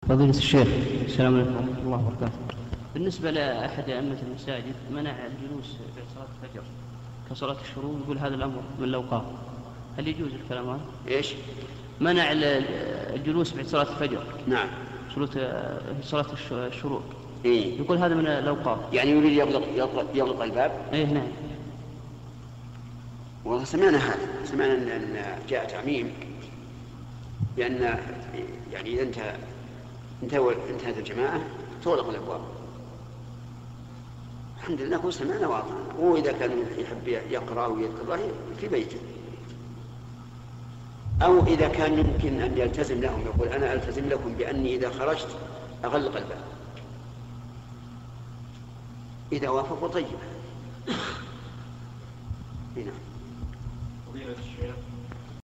فضيلة الشيخ، السلام عليكم ورحمة الله وبركاته. بالنسبة لأحد أئمة المساجد منع الجلوس بعد صلاة الفجر كصلاة الشروق، يقول هذا الأمر من الأوقاف، هل يجوز الكلام هذا؟ إيش؟ منع الجلوس بعد صلاة الفجر. نعم. صلاة الشروق. إيه؟ يقول هذا من الأوقاف. يعني يريد يغلق الباب؟ إيه نعم. والله سمعنا أن جاء تعميم بأن يعني إذا انتهت الجماعة تغلق الأبواب. الحمد لله كل سمعنا وأطعنا، وإذا كان يحب يقرأ ويذكر الله في بيته، أو إذا كان يمكن أن يلتزم لهم، يقول أنا ألتزم لكم بأني إذا خرجت أغلق الباب، إذا وافقوا طيب. هنا